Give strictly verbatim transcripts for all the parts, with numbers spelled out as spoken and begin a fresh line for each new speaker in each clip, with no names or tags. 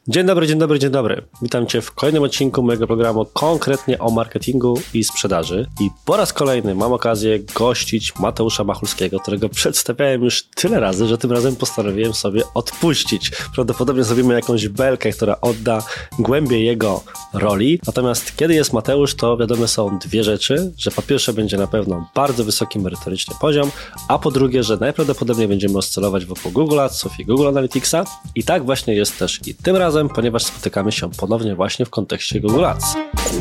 Dzień dobry, dzień dobry, dzień dobry. Witam Cię w kolejnym odcinku mojego programu konkretnie o marketingu i sprzedaży. I po raz kolejny mam okazję gościć Mateusza Machulskiego, którego przedstawiałem już tyle razy, że tym razem postanowiłem sobie odpuścić. Prawdopodobnie zrobimy jakąś belkę, która odda głębię jego roli. Natomiast kiedy jest Mateusz, to wiadome są dwie rzeczy, że po pierwsze będzie na pewno bardzo wysoki merytoryczny poziom, a po drugie, że najprawdopodobniej będziemy oscylować wokół Google Adsów i Google Analyticsa. I tak właśnie jest też i tym razem, ponieważ spotykamy się ponownie właśnie w kontekście Google Ads.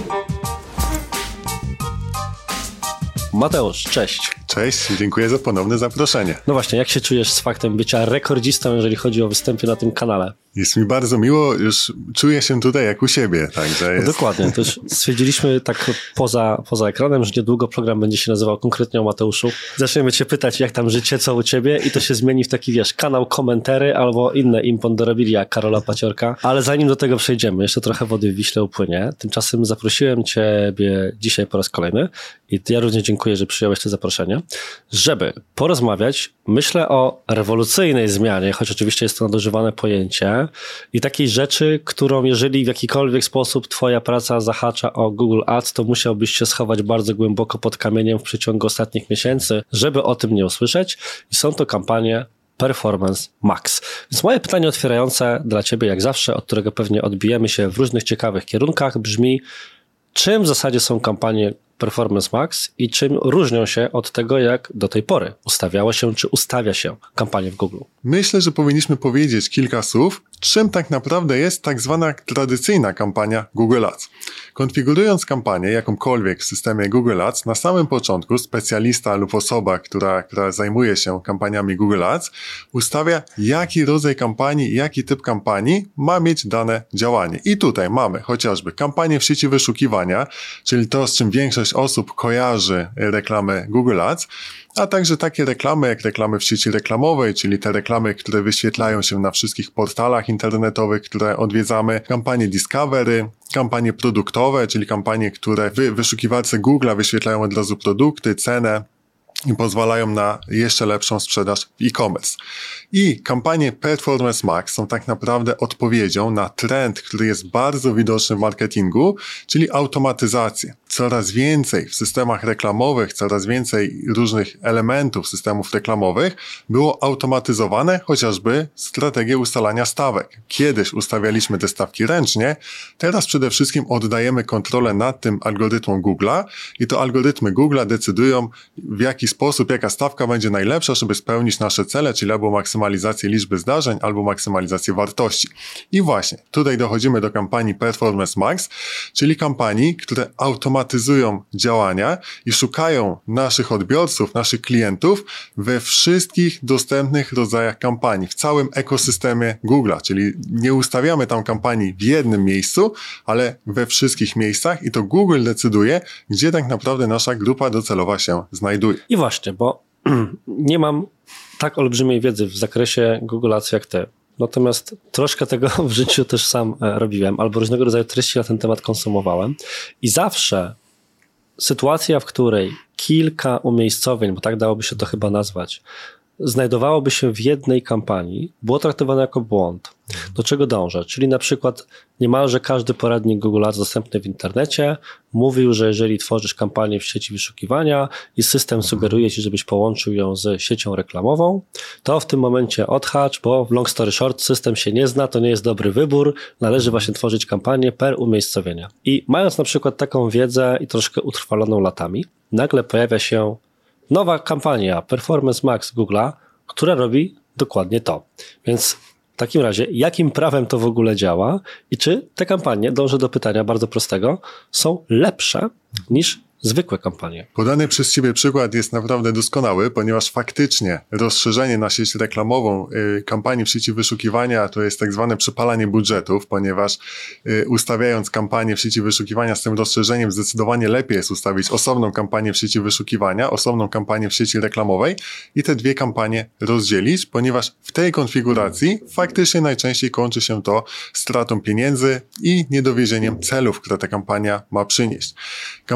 Mateusz, cześć.
Cześć, dziękuję za ponowne zaproszenie.
No właśnie, jak się czujesz z faktem bycia rekordzistą, jeżeli chodzi o występy na tym kanale?
Jest mi bardzo miło, już czuję się tutaj jak u siebie. Także jest...
No dokładnie, to już stwierdziliśmy tak poza, poza ekranem, że niedługo program będzie się nazywał konkretnie o Mateuszu. Zaczniemy Cię pytać, jak tam życie, co u Ciebie i to się zmieni w taki, wiesz, kanał komentary albo inne imponderabilia Karola Paciorka. Ale zanim do tego przejdziemy, jeszcze trochę wody w Wiśle upłynie. Tymczasem zaprosiłem Ciebie dzisiaj po raz kolejny i ja również dziękuję, że przyjąłeś to zaproszenie, żeby porozmawiać, myślę o rewolucyjnej zmianie, choć oczywiście jest to nadużywane pojęcie, i takiej rzeczy, którą jeżeli w jakikolwiek sposób twoja praca zahacza o Google Ads, to musiałbyś się schować bardzo głęboko pod kamieniem w przeciągu ostatnich miesięcy, żeby o tym nie usłyszeć. I są to kampanie Performance Max. Więc moje pytanie otwierające dla Ciebie, jak zawsze, od którego pewnie odbijemy się w różnych ciekawych kierunkach, brzmi: czym w zasadzie są kampanie Performance Max i czym różnią się od tego, jak do tej pory ustawiało się, czy ustawia się kampanie w Google?
Myślę, że powinniśmy powiedzieć kilka słów, czym tak naprawdę jest tak zwana tradycyjna kampania Google Ads. Konfigurując kampanię jakąkolwiek w systemie Google Ads, na samym początku specjalista lub osoba, która, która zajmuje się kampaniami Google Ads, ustawia, jaki rodzaj kampanii, jaki typ kampanii ma mieć dane działanie. I tutaj mamy chociażby kampanię w sieci wyszukiwania, czyli to, z czym większość osób kojarzy reklamę Google Ads, a także takie reklamy jak reklamy w sieci reklamowej, czyli te reklamy, które wyświetlają się na wszystkich portalach internetowych, które odwiedzamy, kampanie Discovery, kampanie produktowe, czyli kampanie, które w wyszukiwarce Google'a wyświetlają od razu produkty, cenę i pozwalają na jeszcze lepszą sprzedaż w e-commerce. I kampanie Performance Max są tak naprawdę odpowiedzią na trend, który jest bardzo widoczny w marketingu, czyli automatyzację. Coraz więcej w systemach reklamowych, coraz więcej różnych elementów systemów reklamowych było automatyzowane, chociażby strategię ustalania stawek. Kiedyś ustawialiśmy te stawki ręcznie, teraz przede wszystkim oddajemy kontrolę nad tym algorytmom Google'a i to algorytmy Google'a decydują, w jaki sposób, jaka stawka będzie najlepsza, żeby spełnić nasze cele, czyli albo maksymalizację liczby zdarzeń, albo maksymalizację wartości. I właśnie tutaj dochodzimy do kampanii Performance Max, czyli kampanii, które automatyzują działania i szukają naszych odbiorców, naszych klientów we wszystkich dostępnych rodzajach kampanii, w całym ekosystemie Google'a, czyli nie ustawiamy tam kampanii w jednym miejscu, ale we wszystkich miejscach i to Google decyduje, gdzie tak naprawdę nasza grupa docelowa się znajduje.
I właśnie, bo nie mam tak olbrzymiej wiedzy w zakresie Google Ads jak ty. Natomiast troszkę tego w życiu też sam robiłem, albo różnego rodzaju treści na ten temat konsumowałem. I zawsze sytuacja, w której kilka umiejscowień, bo tak dałoby się to chyba nazwać, znajdowałoby się w jednej kampanii, było traktowane jako błąd. Do czego dążę? Czyli na przykład niemalże każdy poradnik Google Ads dostępny w internecie mówił, że jeżeli tworzysz kampanię w sieci wyszukiwania i system sugeruje ci, żebyś połączył ją z siecią reklamową, to w tym momencie odhacz, bo w long story short system się nie zna, to nie jest dobry wybór, należy właśnie tworzyć kampanię per umiejscowienia. I mając na przykład taką wiedzę i troszkę utrwaloną latami, nagle pojawia się nowa kampania Performance Max Google'a, która robi dokładnie to. Więc w takim razie, jakim prawem to w ogóle działa i czy te kampanie, dążę do pytania bardzo prostego, są lepsze niż zwykłe kampanie?
Podany przez Ciebie przykład jest naprawdę doskonały, ponieważ faktycznie rozszerzenie na sieć reklamową y, kampanii w sieci wyszukiwania to jest tak zwane przepalanie budżetów, ponieważ y, ustawiając kampanię w sieci wyszukiwania z tym rozszerzeniem zdecydowanie lepiej jest ustawić osobną kampanię w sieci wyszukiwania, osobną kampanię w sieci reklamowej i te dwie kampanie rozdzielić, ponieważ w tej konfiguracji faktycznie najczęściej kończy się to stratą pieniędzy i niedowiezieniem celów, które ta kampania ma przynieść. Kampanie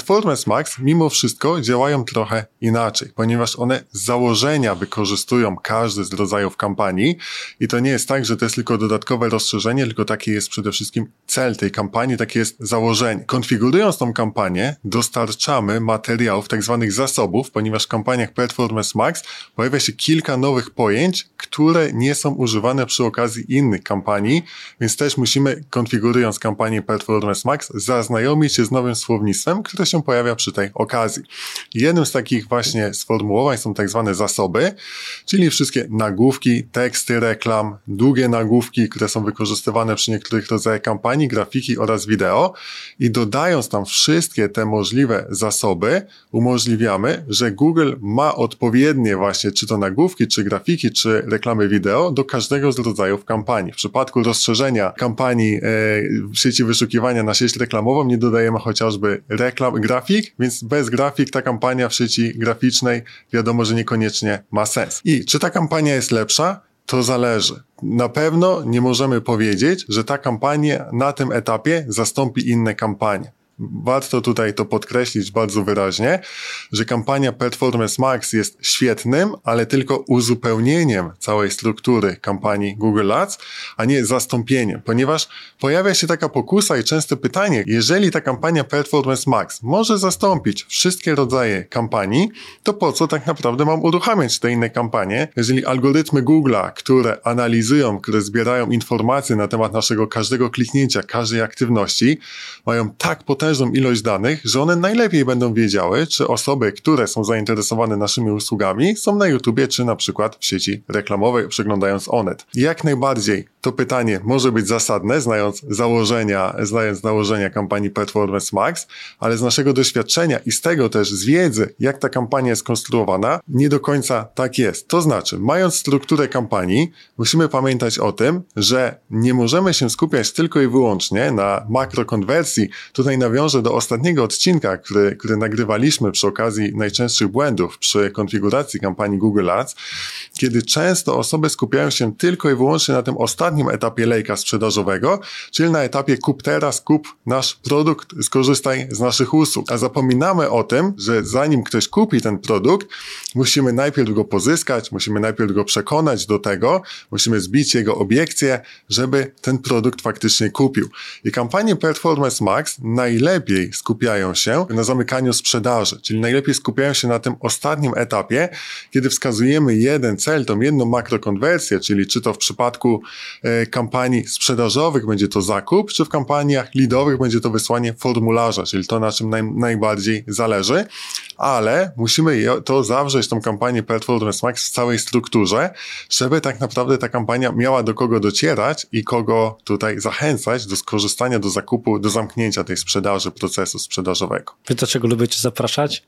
Performance Max mimo wszystko działają trochę inaczej, ponieważ one z założenia wykorzystują każdy z rodzajów kampanii i to nie jest tak, że to jest tylko dodatkowe rozszerzenie, tylko taki jest przede wszystkim cel tej kampanii, takie jest założenie. Konfigurując tą kampanię, dostarczamy materiałów, tak zwanych zasobów, ponieważ w kampaniach Performance Max pojawia się kilka nowych pojęć, które nie są używane przy okazji innych kampanii, więc też musimy, konfigurując kampanię Performance Max, zaznajomić się z nowym słownictwem, które się pojawia przy tej okazji. Jednym z takich właśnie sformułowań są tak zwane zasoby, czyli wszystkie nagłówki, teksty reklam, długie nagłówki, które są wykorzystywane przy niektórych rodzajach kampanii, grafiki oraz wideo i dodając tam wszystkie te możliwe zasoby, umożliwiamy, że Google ma odpowiednie właśnie czy to nagłówki, czy grafiki, czy reklamy wideo do każdego z rodzajów kampanii. W przypadku rozszerzenia kampanii e, w sieci wyszukiwania na sieć reklamową nie dodajemy chociażby reklam, grafik, więc bez grafik ta kampania w sieci graficznej wiadomo, że niekoniecznie ma sens. I czy ta kampania jest lepsza? To zależy. Na pewno nie możemy powiedzieć, że ta kampania na tym etapie zastąpi inne kampanie. Warto tutaj to podkreślić bardzo wyraźnie, że kampania Performance Max jest świetnym, ale tylko uzupełnieniem całej struktury kampanii Google Ads, a nie zastąpieniem, ponieważ pojawia się taka pokusa i częste pytanie, jeżeli ta kampania Performance Max może zastąpić wszystkie rodzaje kampanii, to po co tak naprawdę mam uruchamiać te inne kampanie, jeżeli algorytmy Google'a, które analizują, które zbierają informacje na temat naszego każdego kliknięcia, każdej aktywności, mają tak potężną ilość danych, że one najlepiej będą wiedziały, czy osoby, które są zainteresowane naszymi usługami, są na YouTubie, czy na przykład w sieci reklamowej, przeglądając Onet. Jak najbardziej to pytanie może być zasadne, znając założenia, znając założenia kampanii Performance Max, ale z naszego doświadczenia i z tego też z wiedzy, jak ta kampania jest konstruowana, nie do końca tak jest. To znaczy, mając strukturę kampanii, musimy pamiętać o tym, że nie możemy się skupiać tylko i wyłącznie na makrokonwersji. Tutaj nawiążę do ostatniego odcinka, który, który nagrywaliśmy przy okazji najczęstszych błędów przy konfiguracji kampanii Google Ads, kiedy często osoby skupiają się tylko i wyłącznie na tym ostatnim etapie lejka sprzedażowego, czyli na etapie kup teraz, kup nasz produkt, skorzystaj z naszych usług. A zapominamy o tym, że zanim ktoś kupi ten produkt, musimy najpierw go pozyskać, musimy najpierw go przekonać do tego, musimy zbić jego obiekcje, żeby ten produkt faktycznie kupił. I kampanie Performance Max najlepiej skupiają się na zamykaniu sprzedaży, czyli najlepiej skupiają się na tym ostatnim etapie, kiedy wskazujemy jeden cel, tą jedną makrokonwersję, czyli czy to w przypadku e, kampanii sprzedażowych będzie to zakup, czy w kampaniach leadowych będzie to wysłanie formularza, czyli to, na czym naj, najbardziej zależy, ale musimy je, to zawrzeć, tą kampanię Performance Max w całej strukturze, żeby tak naprawdę ta kampania miała do kogo docierać i kogo tutaj zachęcać do skorzystania, do zakupu, do zamknięcia tej sprzedaży, procesu sprzedażowego.
Wiesz, dlaczego lubię Cię zapraszać?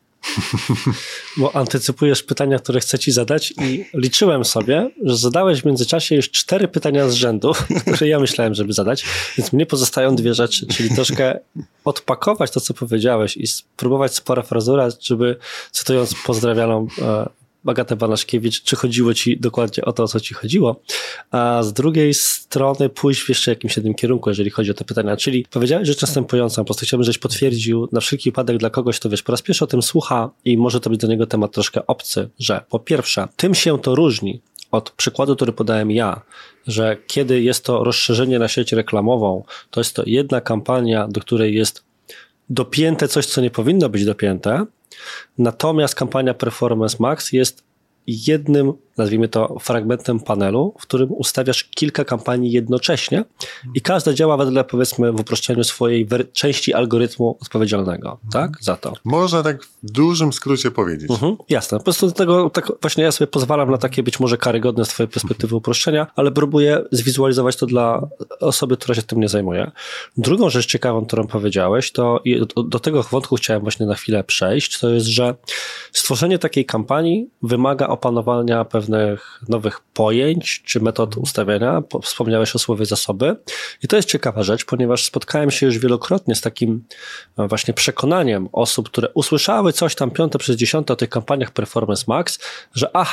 Bo antycypujesz pytania, które chcę Ci zadać i liczyłem sobie, że zadałeś w międzyczasie już cztery pytania z rzędu, które ja myślałem, żeby zadać, więc mnie pozostają dwie rzeczy, czyli troszkę odpakować to, co powiedziałeś i spróbować sparafrazować, żeby, cytując pozdrawianą e, Agatę Banaszkiewicz, czy chodziło Ci dokładnie o to, o co Ci chodziło, a z drugiej strony pójść w jeszcze jakimś jednym kierunku, jeżeli chodzi o te pytania, czyli powiedziałeś rzecz następującą, po prostu chciałbym, żebyś potwierdził na wszelki wypadek dla kogoś, kto wiesz, po raz pierwszy o tym słucha i może to być do niego temat troszkę obcy, że po pierwsze, tym się to różni od przykładu, który podałem ja, że kiedy jest to rozszerzenie na sieć reklamową, to jest to jedna kampania, do której jest dopięte coś, co nie powinno być dopięte, natomiast kampania Performance Max jest jednym, nazwijmy to, fragmentem panelu, w którym ustawiasz kilka kampanii jednocześnie i każda działa wedle, powiedzmy, w uproszczeniu swojej części algorytmu odpowiedzialnego, mhm. tak? Za to.
Można tak w dużym skrócie powiedzieć.
Mhm, jasne. Po prostu do tego, tak właśnie ja sobie pozwalam na takie być może karygodne z twojej perspektywy uproszczenia, ale próbuję zwizualizować to dla osoby, która się tym nie zajmuje. Drugą rzecz ciekawą, którą powiedziałeś, to i do, do tego wątku chciałem właśnie na chwilę przejść, to jest, że stworzenie takiej kampanii wymaga opanowania pewnych nowych pojęć czy metod ustawiania. Wspomniałeś o słowie zasoby i to jest ciekawa rzecz, ponieważ spotkałem się już wielokrotnie z takim właśnie przekonaniem osób, które usłyszały coś tam piąte przez dziesiąte o tych kampaniach Performance Max, że aha,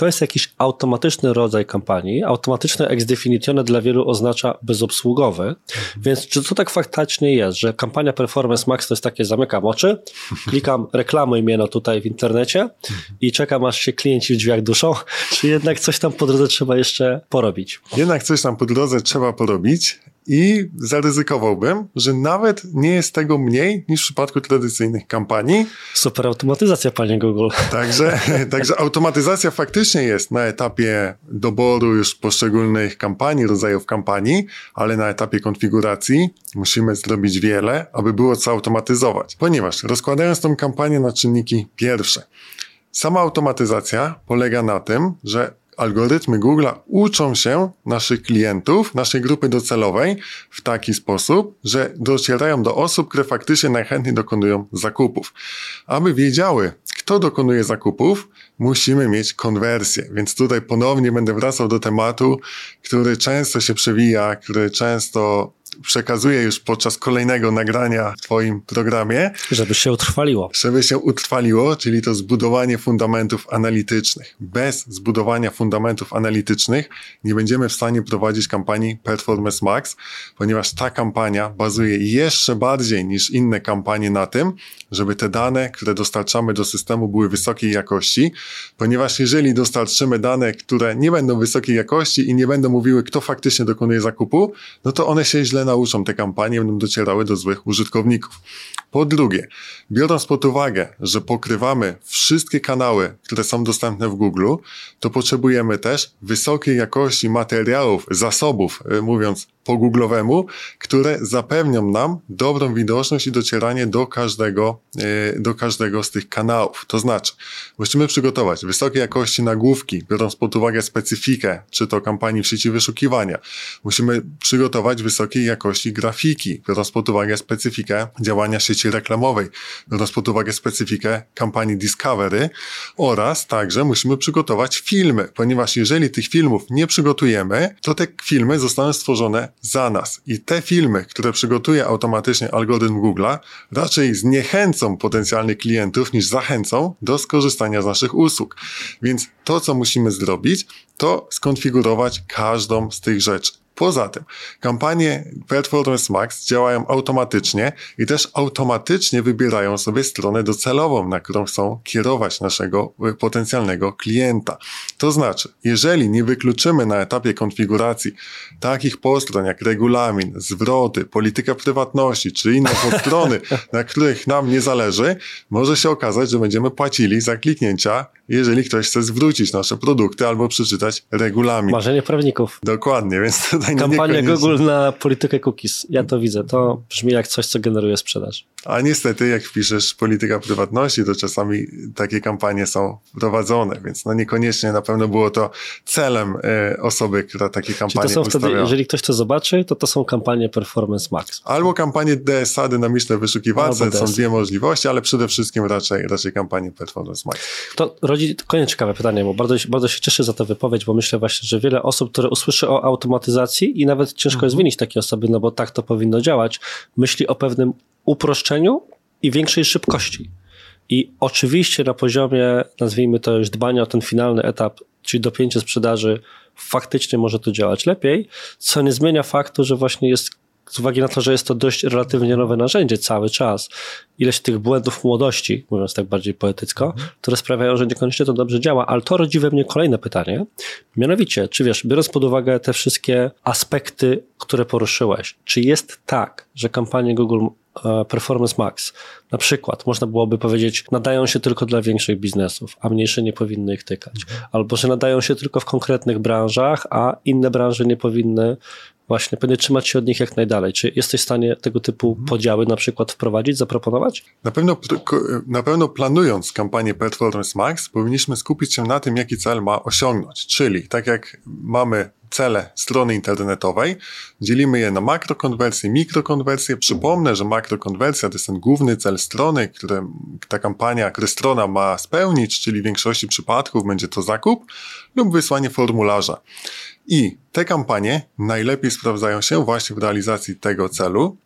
to jest jakiś automatyczny rodzaj kampanii. Automatyczne ex definitione dla wielu oznacza bezobsługowy. Mhm. Więc czy to tak faktycznie jest, że kampania Performance Max to jest takie, zamykam oczy, klikam reklamuj mnie no tutaj w internecie i czekam, aż się klienci w drzwiach duszą, czy jednak coś tam po drodze trzeba jeszcze porobić?
Jednak coś tam po drodze trzeba porobić i zaryzykowałbym, że nawet nie jest tego mniej niż w przypadku tradycyjnych kampanii.
Super automatyzacja, panie Google.
Także, także automatyzacja faktycznie jest na etapie doboru już poszczególnych kampanii, rodzajów kampanii, ale na etapie konfiguracji musimy zrobić wiele, aby było co automatyzować. Ponieważ rozkładając tą kampanię na czynniki pierwsze, sama automatyzacja polega na tym, że algorytmy Google'a uczą się naszych klientów, naszej grupy docelowej w taki sposób, że docierają do osób, które faktycznie najchętniej dokonują zakupów. Aby wiedziały, kto dokonuje zakupów, musimy mieć konwersję. Więc tutaj ponownie będę wracał do tematu, który często się przewija, który często przekazuję już podczas kolejnego nagrania w twoim programie.
Żeby się utrwaliło.
Żeby się utrwaliło, czyli to zbudowanie fundamentów analitycznych. Bez zbudowania fundamentów analitycznych nie będziemy w stanie prowadzić kampanii Performance Max, ponieważ ta kampania bazuje jeszcze bardziej niż inne kampanie na tym, żeby te dane, które dostarczamy do systemu, były wysokiej jakości, ponieważ jeżeli dostarczymy dane, które nie będą wysokiej jakości i nie będą mówiły, kto faktycznie dokonuje zakupu, no to one się źle nauczą, te kampanie będą docierały do złych użytkowników. Po drugie, biorąc pod uwagę, że pokrywamy wszystkie kanały, które są dostępne w Google, to potrzebujemy też wysokiej jakości materiałów, zasobów, mówiąc po googlowemu, które zapewnią nam dobrą widoczność i docieranie do każdego, do każdego z tych kanałów. To znaczy, musimy przygotować wysokiej jakości nagłówki, biorąc pod uwagę specyfikę, czy to kampanii w sieci wyszukiwania. Musimy przygotować wysokiej jakości grafiki, biorąc pod uwagę specyfikę działania sieci reklamowej, biorąc pod uwagę specyfikę kampanii Discovery oraz także musimy przygotować filmy, ponieważ jeżeli tych filmów nie przygotujemy, to te filmy zostaną stworzone za nas. I te filmy, które przygotuje automatycznie algorytm Google'a, raczej zniechęcą potencjalnych klientów niż zachęcą do skorzystania z naszych usług. Więc to, co musimy zrobić, to skonfigurować każdą z tych rzeczy. Poza tym, kampanie Performance Max działają automatycznie i też automatycznie wybierają sobie stronę docelową, na którą chcą kierować naszego potencjalnego klienta. To znaczy, jeżeli nie wykluczymy na etapie konfiguracji takich postron jak regulamin, zwroty, polityka prywatności czy inne podstrony, na których nam nie zależy, może się okazać, że będziemy płacili za kliknięcia, jeżeli ktoś chce zwrócić nasze produkty albo przeczytać regulamin.
Marzenie prawników.
Dokładnie, więc tutaj
kampania Google na politykę cookies. Ja to widzę. To brzmi jak coś, co generuje sprzedaż.
A niestety, jak wpiszesz polityka prywatności, to czasami takie kampanie są prowadzone, więc no niekoniecznie na pewno było to celem y, osoby, która takie kampanie
Czyli to są
ustawiała.
wtedy, jeżeli ktoś to zobaczy, to to są kampanie Performance Max.
Albo kampanie D S A, dynamiczne wyszukiwarce, są dwie możliwości, ale przede wszystkim raczej, raczej kampanie Performance Max.
To rodzi kolejne ciekawe pytanie, bo bardzo, bardzo się cieszę za tę wypowiedź, bo myślę właśnie, że wiele osób, które usłyszy o automatyzacji i nawet ciężko mhm. jest wymienić takie osoby, no bo tak to powinno działać, myśli o pewnym uproszczeniu i większej szybkości. I oczywiście na poziomie, nazwijmy to już dbania o ten finalny etap, czyli dopięcie sprzedaży, faktycznie może to działać lepiej, co nie zmienia faktu, że właśnie jest, z uwagi na to, że jest to dość relatywnie nowe narzędzie cały czas, ileś tych błędów młodości, mówiąc tak bardziej poetycko, mhm. które sprawiają, że niekoniecznie to dobrze działa, ale to rodzi we mnie kolejne pytanie, mianowicie, czy wiesz, biorąc pod uwagę te wszystkie aspekty, które poruszyłeś, czy jest tak, że kampanie Google Performance Max, na przykład, można byłoby powiedzieć, nadają się tylko dla większych biznesów, a mniejsze nie powinny ich tykać. Mhm. Albo, że nadają się tylko w konkretnych branżach, a inne branże nie powinny właśnie, powinny trzymać się od nich jak najdalej. Czy jesteś w stanie tego typu mhm. podziały na przykład wprowadzić, zaproponować?
Na pewno, na pewno planując kampanię Performance Max, powinniśmy skupić się na tym, jaki cel ma osiągnąć. Czyli tak jak mamy cele strony internetowej, dzielimy je na makrokonwersję, mikrokonwersję. Przypomnę, że makrokonwersja to jest ten główny cel strony, który ta kampania, który strona ma spełnić, czyli w większości przypadków będzie to zakup lub wysłanie formularza. I te kampanie najlepiej sprawdzają się właśnie w realizacji tego celu,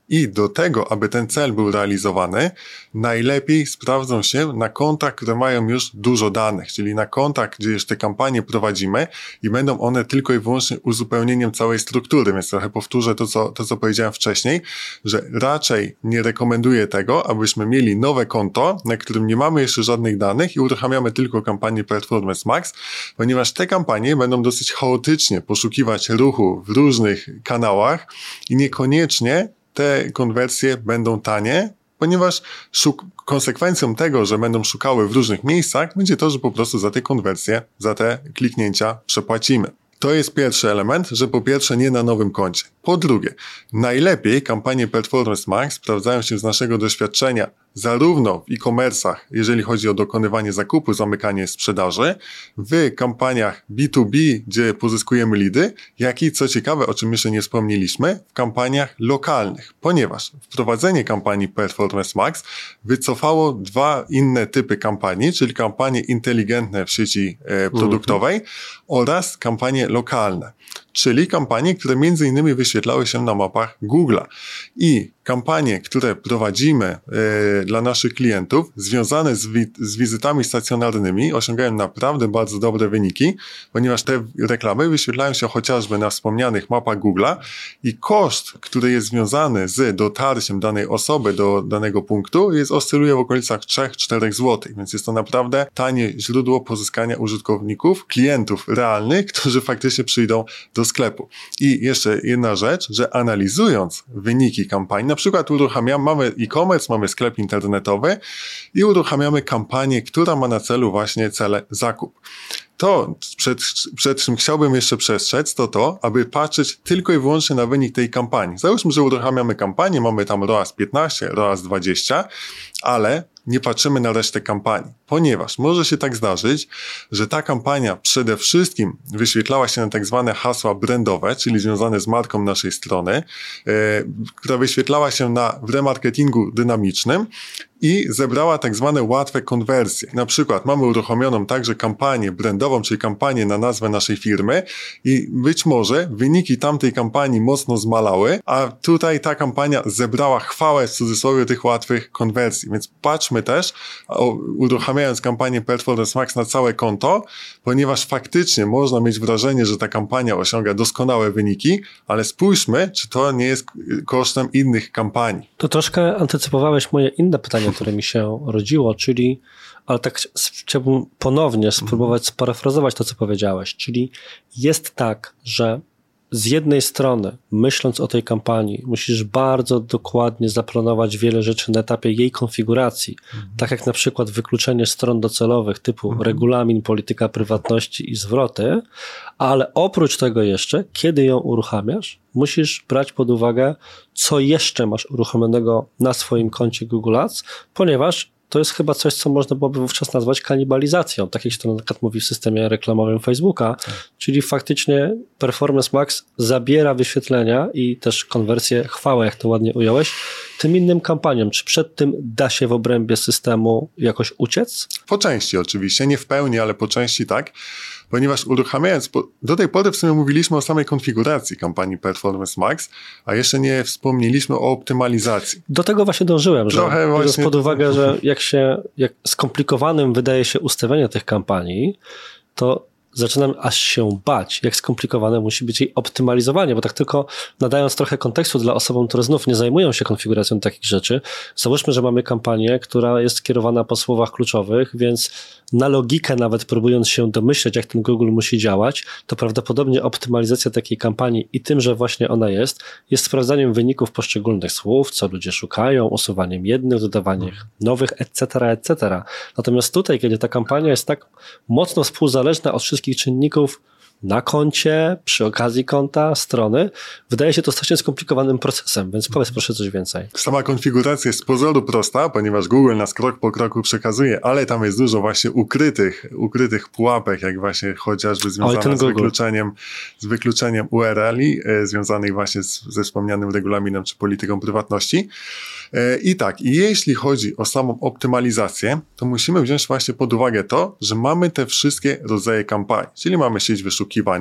I do tego, aby ten cel był realizowany, najlepiej sprawdzą się na kontach, które mają już dużo danych, czyli na kontach, gdzie już te kampanie prowadzimy i będą one tylko i wyłącznie uzupełnieniem całej struktury, więc trochę powtórzę to, co, to, co powiedziałem wcześniej, że raczej nie rekomenduję tego, abyśmy mieli nowe konto, na którym nie mamy jeszcze żadnych danych i uruchamiamy tylko kampanię Performance Max, ponieważ te kampanie będą dosyć chaotycznie poszukiwać ruchu w różnych kanałach i niekoniecznie te konwersje będą tanie, ponieważ szuk- konsekwencją tego, że będą szukały w różnych miejscach, będzie to, że po prostu za te konwersje, za te kliknięcia przepłacimy. To jest pierwszy element, że po pierwsze nie na nowym koncie. Po drugie, najlepiej kampanie Performance Max sprawdzają się z naszego doświadczenia zarówno w e-commerce'ach, jeżeli chodzi o dokonywanie zakupu, zamykanie sprzedaży, w kampaniach B dwa B, gdzie pozyskujemy lidy, jak i, co ciekawe, o czym jeszcze nie wspomnieliśmy, w kampaniach lokalnych, ponieważ wprowadzenie kampanii Performance Max wycofało dwa inne typy kampanii, czyli kampanie inteligentne w sieci e, produktowej mhm. oraz kampanie lokalne, czyli kampanie, które między innymi wyświetlały się na mapach Google'a. I kampanie, które prowadzimy e, dla naszych klientów, związane z, wi- z wizytami stacjonarnymi, osiągają naprawdę bardzo dobre wyniki, ponieważ te reklamy wyświetlają się chociażby na wspomnianych mapach Google'a i koszt, który jest związany z dotarciem danej osoby do danego punktu, jest oscyluje w okolicach trzy do czterech złotych, więc jest to naprawdę tanie źródło pozyskania użytkowników, klientów realnych, którzy faktycznie przyjdą do sklepu. I jeszcze jedna rzecz, że analizując wyniki kampanii, na przykład uruchamiamy, mamy e-commerce, mamy sklep internetowy i uruchamiamy kampanię, która ma na celu właśnie cele zakup. To, przed, przed czym chciałbym jeszcze przestrzec, to to, aby patrzeć tylko i wyłącznie na wynik tej kampanii. Załóżmy, że uruchamiamy kampanię, mamy tam R O A S piętnaście, R O A S dwadzieścia, ale nie patrzymy na resztę kampanii, ponieważ może się tak zdarzyć, że ta kampania przede wszystkim wyświetlała się na tak zwane hasła brandowe, czyli związane z marką naszej strony, yy, która wyświetlała się na, w remarketingu dynamicznym i zebrała tak zwane łatwe konwersje. Na przykład mamy uruchomioną także kampanię brandową, czyli kampanię na nazwę naszej firmy i być może wyniki tamtej kampanii mocno zmalały, a tutaj ta kampania zebrała chwałę w cudzysłowie tych łatwych konwersji. Więc patrzmy też, uruchamiając kampanię Performance Max na całe konto, ponieważ faktycznie można mieć wrażenie, że ta kampania osiąga doskonałe wyniki, ale spójrzmy, czy to nie jest kosztem innych kampanii.
To troszkę antycypowałeś moje inne pytanie, które mi się rodziło, czyli, ale tak chciałbym ponownie spróbować sparafrazować to, co powiedziałeś, czyli jest tak, że z jednej strony, myśląc o tej kampanii, musisz bardzo dokładnie zaplanować wiele rzeczy na etapie jej konfiguracji, mhm. tak jak na przykład wykluczenie stron docelowych typu mhm. regulamin, polityka prywatności i zwroty, ale oprócz tego jeszcze, kiedy ją uruchamiasz, musisz brać pod uwagę, co jeszcze masz uruchomionego na swoim koncie Google Ads, ponieważ to jest chyba coś, co można byłoby wówczas nazwać kanibalizacją, tak jak się to na przykład mówi w systemie reklamowym Facebooka, tak. czyli faktycznie Performance Max zabiera wyświetlenia i też konwersję, chwałę, jak to ładnie ująłeś, tym innym kampaniom. Czy przed tym da się w obrębie systemu jakoś uciec?
Po części oczywiście, nie w pełni, ale po części tak, ponieważ uruchamiając, do tej pory w sumie mówiliśmy o samej konfiguracji kampanii Performance Max, a jeszcze nie wspomnieliśmy o optymalizacji.
Do tego właśnie dążyłem, Trochę że biorąc właśnie... pod uwagę, że jak się, jak skomplikowanym wydaje się ustawienie tych kampanii, to zaczynam aż się bać, jak skomplikowane musi być jej optymalizowanie, bo tak tylko nadając trochę kontekstu dla osób, które znów nie zajmują się konfiguracją takich rzeczy, załóżmy, że mamy kampanię, która jest kierowana po słowach kluczowych, więc na logikę nawet próbując się domyśleć, jak ten Google musi działać, to prawdopodobnie optymalizacja takiej kampanii i tym, że właśnie ona jest, jest sprawdzaniem wyników poszczególnych słów, co ludzie szukają, usuwaniem jednych, dodawaniem nowych, et cetera, et cetera. Natomiast tutaj, kiedy ta kampania jest tak mocno współzależna od wszystkich czynników na koncie, przy okazji konta, strony, wydaje się to strasznie skomplikowanym procesem, więc powiedz proszę coś więcej.
Sama konfiguracja jest z pozoru prosta, ponieważ Google nas krok po kroku przekazuje, ale tam jest dużo właśnie ukrytych, ukrytych pułapek, jak właśnie chociażby związane z wykluczeniem, z wykluczeniem U R L i e, związanych właśnie z, ze wspomnianym regulaminem czy polityką prywatności. E, I tak, i jeśli chodzi o samą optymalizację, to musimy wziąć właśnie pod uwagę to, że mamy te wszystkie rodzaje kampanii, czyli mamy sieć wyszukiwania,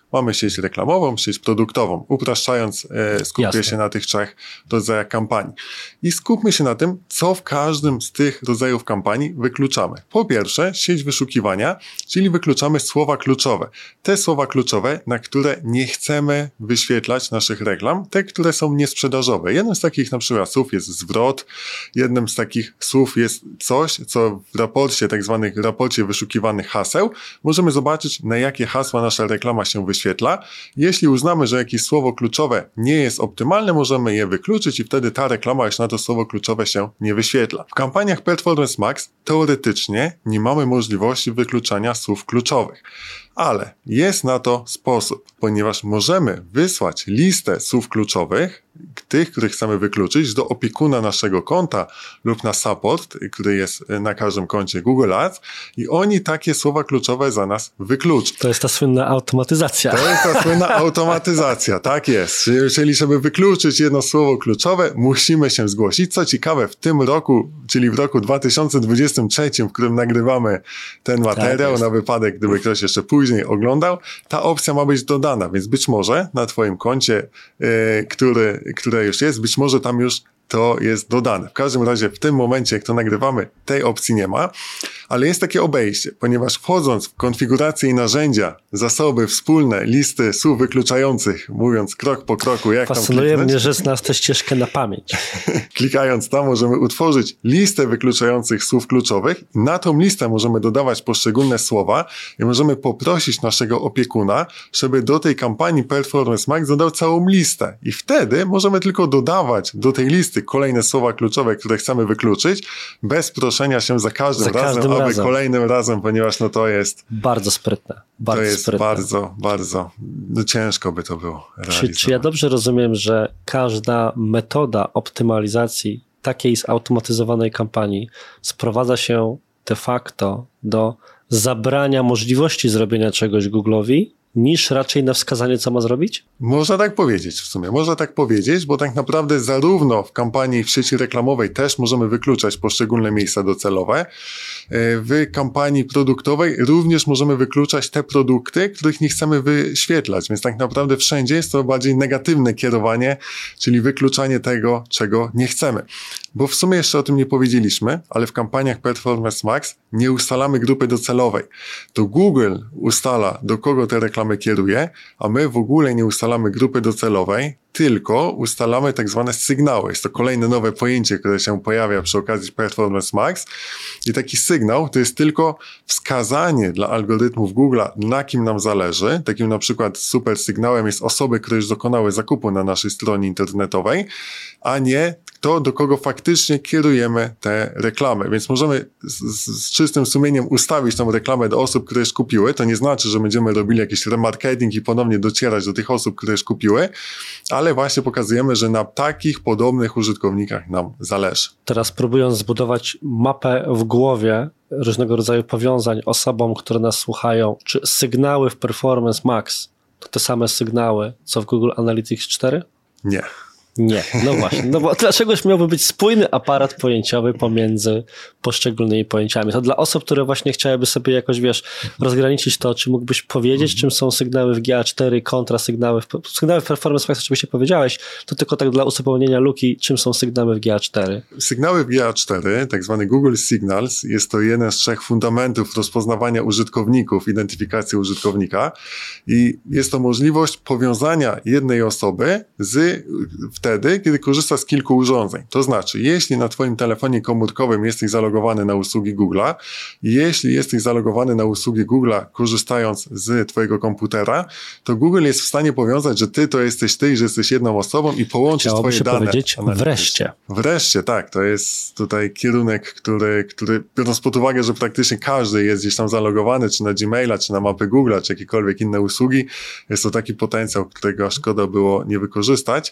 Mamy sieć reklamową, sieć produktową. Upraszczając, e, skupię
Jasne.
się na tych trzech rodzajach kampanii. I skupmy się na tym, co w każdym z tych rodzajów kampanii wykluczamy. Po pierwsze, sieć wyszukiwania, czyli wykluczamy słowa kluczowe. Te słowa kluczowe, na które nie chcemy wyświetlać naszych reklam, te, które są niesprzedażowe. Jednym z takich na przykład słów jest zwrot, jednym z takich słów jest coś, co w raporcie, tak zwanym raporcie wyszukiwanych haseł, możemy zobaczyć, na jakie hasła nasza reklama się wyświetla. Jeśli uznamy, że jakieś słowo kluczowe nie jest optymalne, możemy je wykluczyć i wtedy ta reklama już na to słowo kluczowe się nie wyświetla. W kampaniach Performance Max teoretycznie nie mamy możliwości wykluczania słów kluczowych. Ale jest na to sposób, ponieważ możemy wysłać listę słów kluczowych, tych, których chcemy wykluczyć, do opiekuna naszego konta lub na support, który jest na każdym koncie Google Ads i oni takie słowa kluczowe za nas wykluczą.
To jest ta słynna automatyzacja.
To jest ta słynna automatyzacja, tak jest. Czyli, czyli żeby wykluczyć jedno słowo kluczowe, musimy się zgłosić. Co ciekawe, w tym roku, czyli w roku dwa tysiące dwudziestym trzecim, w którym nagrywamy ten materiał, tak na wypadek, gdyby ktoś jeszcze później oglądał, ta opcja ma być dodana, więc być może na twoim koncie, yy, który, które już jest, być może tam już to jest dodane. W każdym razie w tym momencie, jak to nagrywamy, tej opcji nie ma, ale jest takie obejście, ponieważ wchodząc w konfigurację i narzędzia, zasoby wspólne, listy słów wykluczających, mówiąc krok po kroku, jak
Fascynuje
tam kliknąć,
mnie, że znasz tę ścieżkę na pamięć.
Klikając tam możemy utworzyć listę wykluczających słów kluczowych. Na tą listę możemy dodawać poszczególne słowa i możemy poprosić naszego opiekuna, żeby do tej kampanii Performance Max dodał całą listę. I wtedy możemy tylko dodawać do tej listy kolejne słowa kluczowe, które chcemy wykluczyć, bez proszenia się za każdym
za
razem,
każdym
aby
razem.
kolejnym razem, ponieważ no to jest
bardzo sprytne. Bardzo
to jest
sprytne.
bardzo, bardzo no ciężko by to było
Czy, czy ja dobrze rozumiem, że każda metoda optymalizacji takiej zautomatyzowanej kampanii sprowadza się de facto do zabrania możliwości zrobienia czegoś Google'owi, niż raczej na wskazanie, co ma zrobić?
Można tak powiedzieć w sumie, można tak powiedzieć, bo tak naprawdę zarówno w kampanii w sieci reklamowej też możemy wykluczać poszczególne miejsca docelowe, w kampanii produktowej również możemy wykluczać te produkty, których nie chcemy wyświetlać, więc tak naprawdę wszędzie jest to bardziej negatywne kierowanie, czyli wykluczanie tego, czego nie chcemy. Bo w sumie jeszcze o tym nie powiedzieliśmy, ale w kampaniach Performance Max nie ustalamy grupy docelowej. To Google ustala, do kogo te reklamy kieruje, a my w ogóle nie ustalamy grupy docelowej, tylko ustalamy tak zwane sygnały. Jest to kolejne nowe pojęcie, które się pojawia przy okazji Performance Max. I taki sygnał to jest tylko wskazanie dla algorytmów Google'a, na kim nam zależy. Takim na przykład super sygnałem jest osoby, które już dokonały zakupu na naszej stronie internetowej, a nie to, do kogo faktycznie kierujemy te reklamy. Więc możemy z, z, z czystym sumieniem ustawić tą reklamę do osób, które już kupiły. To nie znaczy, że będziemy robili jakiś remarketing i ponownie docierać do tych osób, które już kupiły, ale właśnie pokazujemy, że na takich podobnych użytkownikach nam zależy.
Teraz próbując zbudować mapę w głowie różnego rodzaju powiązań osobom, które nas słuchają, czy sygnały w Performance Max to te same sygnały, co w Google Analytics cztery?
Nie.
Nie, no właśnie, no bo dlaczegoż miałby być spójny aparat pojęciowy pomiędzy poszczególnymi pojęciami? To dla osób, które właśnie chciałyby sobie jakoś, wiesz, rozgraniczyć to, czy mógłbyś powiedzieć, czym są sygnały w G A cztery kontra sygnały w, sygnały w Performance Max, oczywiście powiedziałeś, to tylko tak dla uzupełnienia luki, czym są sygnały w G A cztery?
Sygnały w G A cztery, tak zwany Google Signals, jest to jeden z trzech fundamentów rozpoznawania użytkowników, identyfikacji użytkownika i jest to możliwość powiązania jednej osoby z wtedy, kiedy korzysta z kilku urządzeń. To znaczy, jeśli na twoim telefonie komórkowym jesteś zalogowany na usługi Google'a, jeśli jesteś zalogowany na usługi Google'a korzystając z twojego komputera, to Google jest w stanie powiązać, że ty to jesteś ty i że jesteś jedną osobą i połączyć
Chciałoby
twoje
się
dane.
powiedzieć wreszcie.
Wreszcie, tak. To jest tutaj kierunek, który, który biorąc pod uwagę, że praktycznie każdy jest gdzieś tam zalogowany, czy na Gmaila, czy na mapy Google'a, czy jakiekolwiek inne usługi, jest to taki potencjał, którego szkoda było nie wykorzystać.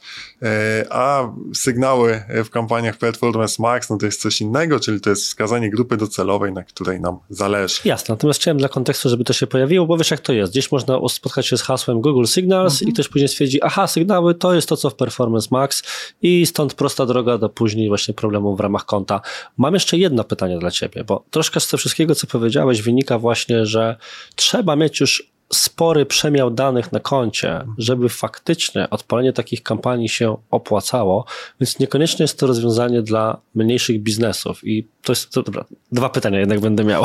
A sygnały w kampaniach Performance Max, no to jest coś innego, czyli to jest wskazanie grupy docelowej, na której nam zależy.
Jasne, natomiast chciałem dla kontekstu, żeby to się pojawiło, bo wiesz jak to jest. Gdzieś można spotkać się z hasłem Google Signals mhm. i ktoś później stwierdzi, aha, sygnały to jest to, co w Performance Max i stąd prosta droga do później właśnie problemów w ramach konta. Mam jeszcze jedno pytanie dla ciebie, bo troszkę z tego wszystkiego, co powiedziałeś, wynika właśnie, że trzeba mieć już spory przemiał danych na koncie, żeby faktycznie odpalenie takich kampanii się opłacało, więc niekoniecznie jest to rozwiązanie dla mniejszych biznesów. I to jest, to, dobra, dwa pytania jednak będę miał.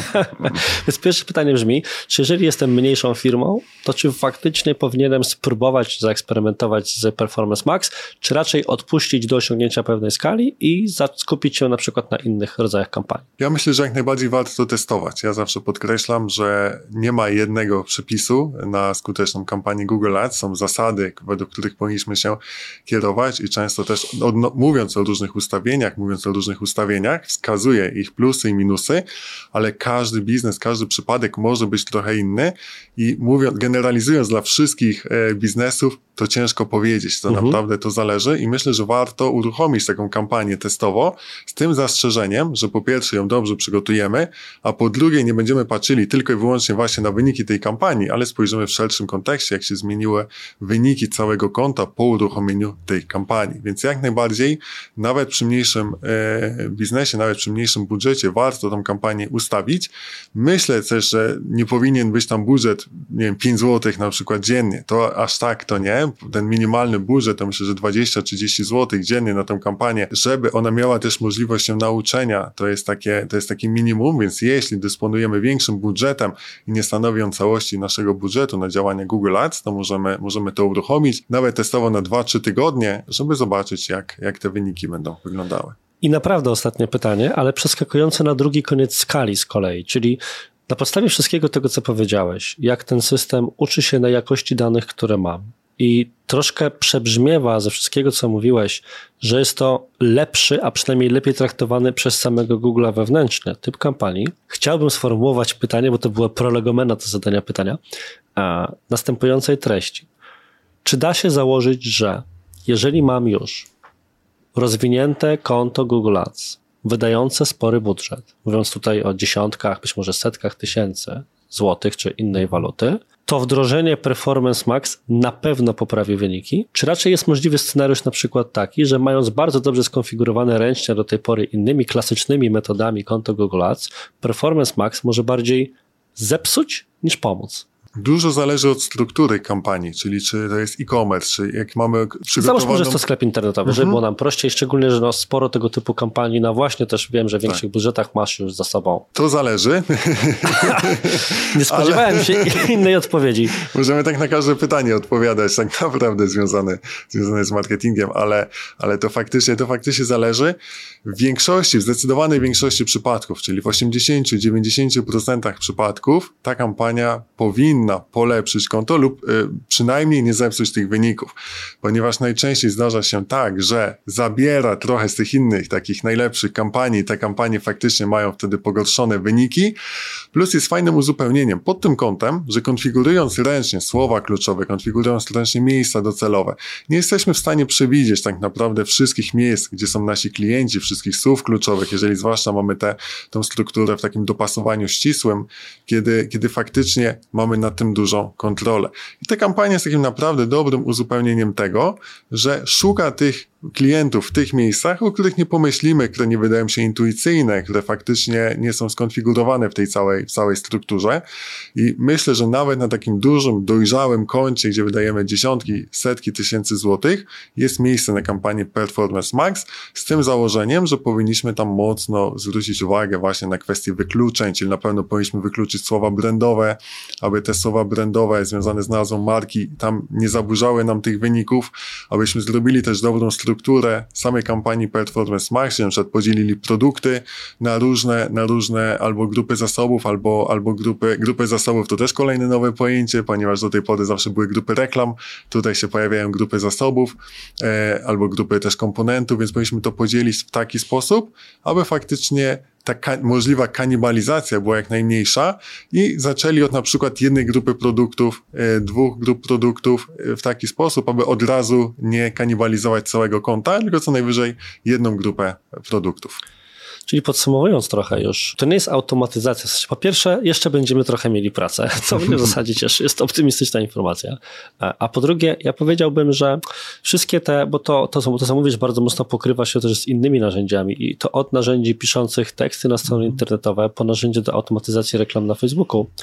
Więc pierwsze pytanie brzmi, czy jeżeli jestem mniejszą firmą, to czy faktycznie powinienem spróbować zaeksperymentować z Performance Max, czy raczej odpuścić do osiągnięcia pewnej skali i skupić się na przykład na innych rodzajach kampanii?
Ja myślę, że jak najbardziej warto to testować. Ja zawsze podkreślam, że nie ma jednego przepisu na skuteczną kampanię Google Ads. Są zasady, według których powinniśmy się kierować i często też no, mówiąc o różnych ustawieniach, mówiąc o różnych ustawieniach, wskazuje ich plusy i minusy, ale każdy biznes, każdy przypadek może być trochę inny i mówiąc, generalizując dla wszystkich e, biznesów, to ciężko powiedzieć, to mhm. naprawdę to zależy i myślę, że warto uruchomić taką kampanię testowo z tym zastrzeżeniem, że po pierwsze ją dobrze przygotujemy, a po drugie nie będziemy patrzyli tylko i wyłącznie właśnie na wyniki tej kampanii, ale spojrzymy w szerszym kontekście, jak się zmieniły wyniki całego konta po uruchomieniu tej kampanii. Więc jak najbardziej, nawet przy mniejszym e, biznesie, nawet przy mniejszym budżecie warto tą kampanię ustawić. Myślę też, że nie powinien być tam budżet, nie wiem, pięć złotych na przykład dziennie. To aż tak to nie. Ten minimalny budżet, to myślę, że dwadzieścia trzydzieści złotych dziennie na tę kampanię, żeby ona miała też możliwość się nauczenia, to jest takie, to jest takie minimum, więc jeśli dysponujemy większym budżetem i nie stanowi on całości naszego budżetu na działania Google Ads, to możemy, możemy to uruchomić, nawet testowo na dwa trzy tygodnie, żeby zobaczyć, jak, jak te wyniki będą wyglądały.
I naprawdę ostatnie pytanie, ale przeskakujące na drugi koniec skali z kolei, czyli na podstawie wszystkiego tego, co powiedziałeś, jak ten system uczy się na jakości danych, które mam. I troszkę przebrzmiewa ze wszystkiego, co mówiłeś, że jest to lepszy, a przynajmniej lepiej traktowany przez samego Google'a wewnętrzny typ kampanii. Chciałbym sformułować pytanie, bo to była prolegomena do zadania pytania, a następującej treści. Czy da się założyć, że jeżeli mam już rozwinięte konto Google Ads, wydające spory budżet, mówiąc tutaj o dziesiątkach, być może setkach tysięcy złotych czy innej waluty, to wdrożenie Performance Max na pewno poprawi wyniki? Czy raczej jest możliwy scenariusz na przykład taki, że mając bardzo dobrze skonfigurowane ręcznie do tej pory innymi klasycznymi metodami konto Google Ads, Performance Max może bardziej zepsuć niż pomóc?
Dużo zależy od struktury kampanii, czyli czy to jest e-commerce, czy jak mamy przygotowaną...
Załóżmy, że jest to sklep internetowy, mhm. żeby było nam prościej, szczególnie, że no sporo tego typu kampanii, no właśnie też wiem, że w większych tak. budżetach masz już za sobą.
To zależy.
Nie spodziewałem Ale... się innej odpowiedzi.
Możemy tak na każde pytanie odpowiadać, tak naprawdę związane, związane z marketingiem, ale, ale to faktycznie, to faktycznie zależy. W większości, w zdecydowanej większości przypadków, czyli w osiemdziesiąt do dziewięćdziesięciu procent przypadków ta kampania powinna polepszyć konto lub y, przynajmniej nie zepsuć tych wyników, ponieważ najczęściej zdarza się tak, że zabiera trochę z tych innych takich najlepszych kampanii, te kampanie faktycznie mają wtedy pogorszone wyniki, plus jest fajnym uzupełnieniem pod tym kątem, że konfigurując ręcznie słowa kluczowe, konfigurując ręcznie miejsca docelowe, nie jesteśmy w stanie przewidzieć tak naprawdę wszystkich miejsc, gdzie są nasi klienci, wszystkich słów kluczowych, jeżeli zwłaszcza mamy tę tą strukturę w takim dopasowaniu ścisłym, kiedy, kiedy faktycznie mamy na tym dużą kontrolę. I ta kampania jest takim naprawdę dobrym uzupełnieniem tego, że szuka tych klientów w tych miejscach, o których nie pomyślimy, które nie wydają się intuicyjne, które faktycznie nie są skonfigurowane w tej całej, w całej strukturze. I myślę, że nawet na takim dużym, dojrzałym koncie, gdzie wydajemy dziesiątki, setki tysięcy złotych, jest miejsce na kampanię Performance Max z tym założeniem, że powinniśmy tam mocno zwrócić uwagę właśnie na kwestie wykluczeń, czyli na pewno powinniśmy wykluczyć słowa brandowe, aby te słowa brandowe związane z nazwą marki tam nie zaburzały nam tych wyników, abyśmy zrobili też dobrą strukturę samej kampanii Performance Max, na przykład podzielili produkty na różne, na różne albo grupy zasobów, albo, albo grupy, grupy zasobów to też kolejne nowe pojęcie, ponieważ do tej pory zawsze były grupy reklam, tutaj się pojawiają grupy zasobów, e, albo grupy też komponentów, więc powinniśmy to podzielić w taki sposób, aby faktycznie ta ka- możliwa kanibalizacja była jak najmniejsza i zaczęli od na przykład jednej grupy produktów, e, dwóch grup produktów e, w taki sposób, aby od razu nie kanibalizować całego konta, tylko co najwyżej jedną grupę produktów.
Czyli podsumowując trochę już, to nie jest automatyzacja. Po pierwsze, jeszcze będziemy trochę mieli pracę, co mnie w zasadzie cieszy, jest optymistyczna informacja. A po drugie, ja powiedziałbym, że wszystkie te, bo to, to, to co mówisz, bardzo mocno pokrywa się też z innymi narzędziami i to od narzędzi piszących teksty na strony internetowe, po narzędzie do automatyzacji reklam na Facebooku,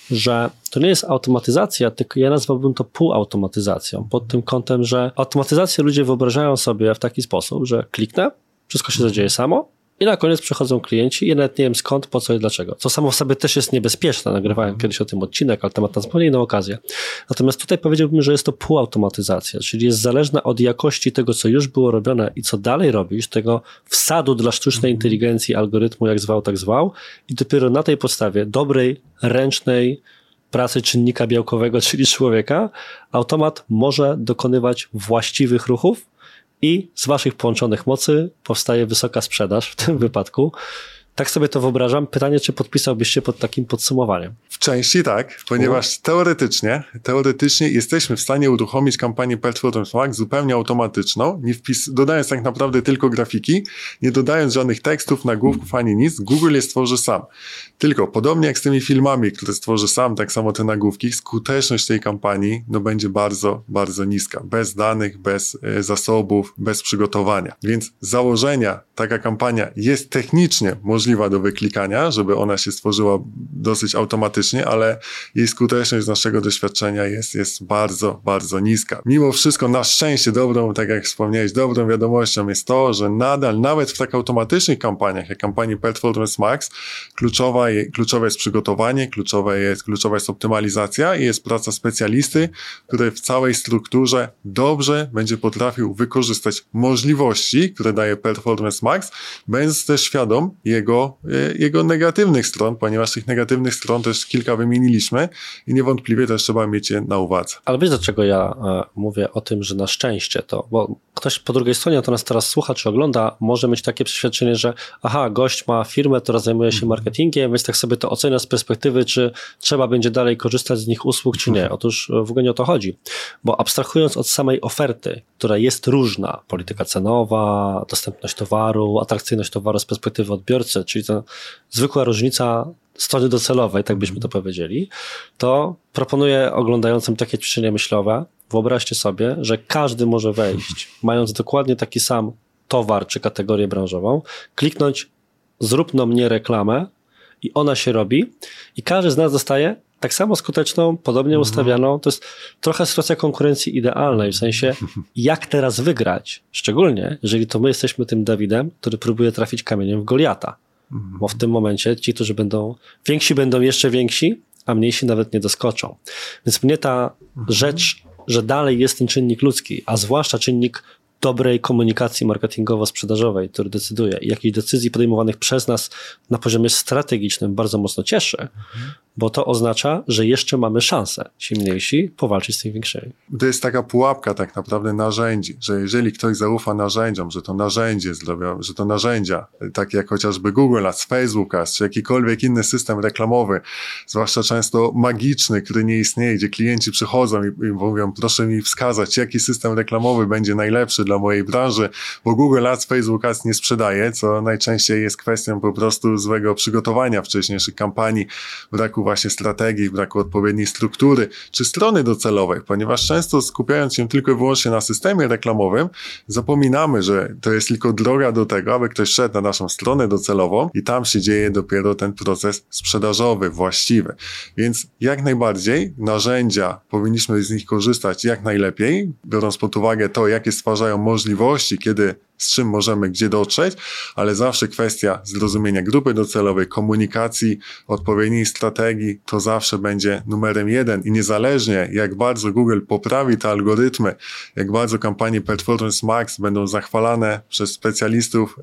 że to nie jest automatyzacja, tylko ja nazwałbym to półautomatyzacją, pod tym kątem, że automatyzację ludzie wyobrażają sobie w taki sposób, że kliknę, wszystko się zadzieje samo i na koniec przychodzą klienci i ja nawet nie wiem skąd, po co i dlaczego. Co samo w sobie też jest niebezpieczne, nagrywałem kiedyś o tym odcinek, ale temat na zupełnie inną okazję. Natomiast tutaj powiedziałbym, że jest to półautomatyzacja, czyli jest zależna od jakości tego, co już było robione i co dalej robisz, tego wsadu dla sztucznej inteligencji, algorytmu, jak zwał, tak zwał, i dopiero na tej podstawie dobrej, ręcznej pracy czynnika białkowego, czyli człowieka, automat może dokonywać właściwych ruchów i z waszych połączonych mocy powstaje wysoka sprzedaż w tym wypadku. Tak sobie to wyobrażam. Pytanie, czy podpisałbyś się pod takim podsumowaniem?
W części tak, ponieważ teoretycznie, teoretycznie jesteśmy w stanie uruchomić kampanię Performance Max zupełnie automatyczną, nie wpis, dodając tak naprawdę tylko grafiki, nie dodając żadnych tekstów, nagłówków ani nic. Google je stworzy sam. Tylko podobnie jak z tymi filmami, które stworzy sam, tak samo te nagłówki, skuteczność tej kampanii no, będzie bardzo, bardzo niska. Bez danych, bez e, zasobów, bez przygotowania. Więc z założenia taka kampania jest technicznie możliwa do wyklikania, żeby ona się stworzyła dosyć automatycznie, ale jej skuteczność z naszego doświadczenia jest, jest bardzo, bardzo niska. Mimo wszystko, na szczęście dobrą, tak jak wspomniałeś, dobrą wiadomością jest to, że nadal, nawet w tak automatycznych kampaniach, jak kampanii Performance Max, kluczowa, kluczowe jest przygotowanie, kluczowe jest, kluczowa jest optymalizacja i jest praca specjalisty, który w całej strukturze dobrze będzie potrafił wykorzystać możliwości, które daje Performance Max, będąc też świadom jego, jego negatywnych stron, ponieważ tych negatywnych stron też kilka wymieniliśmy i niewątpliwie też trzeba mieć je na uwadze.
Ale wiesz, dlaczego ja e, mówię o tym, że na szczęście to, bo ktoś po drugiej stronie, to nas teraz słucha czy ogląda, może mieć takie przeświadczenie, że aha, gość ma firmę, która zajmuje się marketingiem, więc tak sobie to ocenia z perspektywy, czy trzeba będzie dalej korzystać z nich usług, czy nie. Otóż w ogóle nie o to chodzi, bo abstrahując od samej oferty, która jest różna, polityka cenowa, dostępność towaru, atrakcyjność towaru z perspektywy odbiorcy, czyli ta zwykła różnica strony docelowej, tak byśmy to powiedzieli, to proponuję oglądającym takie ćwiczenie myślowe. Wyobraźcie sobie, że każdy może wejść, mając dokładnie taki sam towar czy kategorię branżową, kliknąć zrób na mnie reklamę i ona się robi i każdy z nas dostaje tak samo skuteczną, podobnie ustawianą. To jest trochę sytuacja konkurencji idealnej, w sensie jak teraz wygrać, szczególnie jeżeli to my jesteśmy tym Dawidem, który próbuje trafić kamieniem w Goliata. Bo w tym momencie ci, którzy będą, więksi będą jeszcze więksi, a mniejsi nawet nie doskoczą. Więc mnie ta rzecz, że dalej jest ten czynnik ludzki, a zwłaszcza czynnik dobrej komunikacji marketingowo-sprzedażowej, który decyduje i jakichś decyzji podejmowanych przez nas na poziomie strategicznym bardzo mocno cieszy, mhm. bo to oznacza, że jeszcze mamy szansę, ci mniejsi, powalczyć z tych większymi.
To jest taka pułapka tak naprawdę narzędzi, że jeżeli ktoś zaufa narzędziom, że to narzędzie zrobią, że to narzędzia, takie jak chociażby Google Ads, Facebook Ads, czy jakikolwiek inny system reklamowy, zwłaszcza często magiczny, który nie istnieje, gdzie klienci przychodzą i, i mówią, proszę mi wskazać, jaki system reklamowy będzie najlepszy dla mojej branży, bo Google Ads, Facebook Ads nie sprzedaje, co najczęściej jest kwestią po prostu złego przygotowania wcześniejszych kampanii, braku właśnie strategii, braku odpowiedniej struktury, czy strony docelowej, ponieważ często skupiając się tylko i wyłącznie na systemie reklamowym, zapominamy, że to jest tylko droga do tego, aby ktoś szedł na naszą stronę docelową i tam się dzieje dopiero ten proces sprzedażowy, właściwy. Więc jak najbardziej narzędzia, powinniśmy z nich korzystać jak najlepiej, biorąc pod uwagę to, jakie stwarzają możliwości, kiedy z czym możemy gdzie dotrzeć, ale zawsze kwestia zrozumienia grupy docelowej, komunikacji, odpowiedniej strategii, to zawsze będzie numerem jeden i niezależnie jak bardzo Google poprawi te algorytmy, jak bardzo kampanie Performance Max będą zachwalane przez specjalistów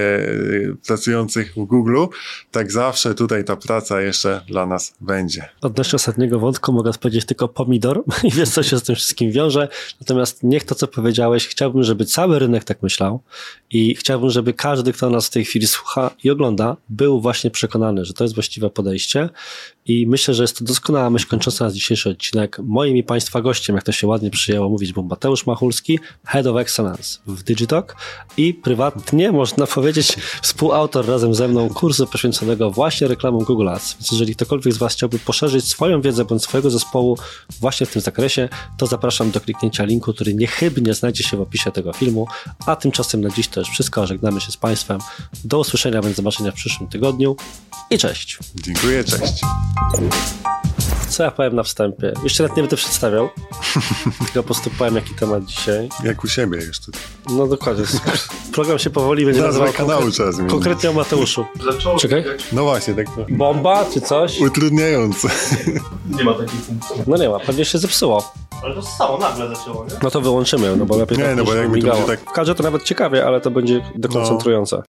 ee, pracujących w Google, tak zawsze tutaj ta praca jeszcze dla nas będzie.
Odnośnie ostatniego wątku mogę powiedzieć tylko pomidor i wiesz, co się z tym wszystkim wiąże, natomiast niech to, co powiedziałeś, chciałbym, żeby cały rynek tak myślał, i chciałbym, żeby każdy, kto nas w tej chwili słucha i ogląda, był właśnie przekonany, że to jest właściwe podejście i myślę, że jest to doskonała myśl kończąca nas dzisiejszy odcinek. Moim i Państwa gościem, jak to się ładnie przyjęło mówić, był Mateusz Machulski, Head of Excellence w Digitalk i prywatnie, można powiedzieć, współautor razem ze mną kursu poświęconego właśnie reklamom Google Ads. Więc jeżeli ktokolwiek z Was chciałby poszerzyć swoją wiedzę bądź swojego zespołu właśnie w tym zakresie, to zapraszam do kliknięcia linku, który niechybnie znajdzie się w opisie tego filmu, a tymczasem na dziś to już wszystko. Żegnamy się z Państwem. Do usłyszenia, bądź zobaczenia w przyszłym tygodniu i cześć.
Dziękuję, cześć.
Co ja powiem na wstępie? Jeszcze nawet nie będę przedstawiał, tylko po prostu powiem, jaki temat dzisiaj.
Jak u siebie jeszcze.
No dokładnie. Program się powoli będzie
Nazwa
nazywał
kanału
konkret-
trzeba zmienić.
konkretnie o Mateuszu.
Zaczęło
Czekaj.
biegać.
No właśnie, tak
Bomba czy coś?
utrudniające.
Nie ma takiej funkcji.
No nie ma, pewnie się zepsuło.
Ale to samo nagle zaczęło, nie?
No to wyłączymy, no bo lepiej
Nie,
tak
no bo
niż
jakby to
migało.
będzie tak-
W kadrze to nawet ciekawie, ale to będzie dekoncentrujące.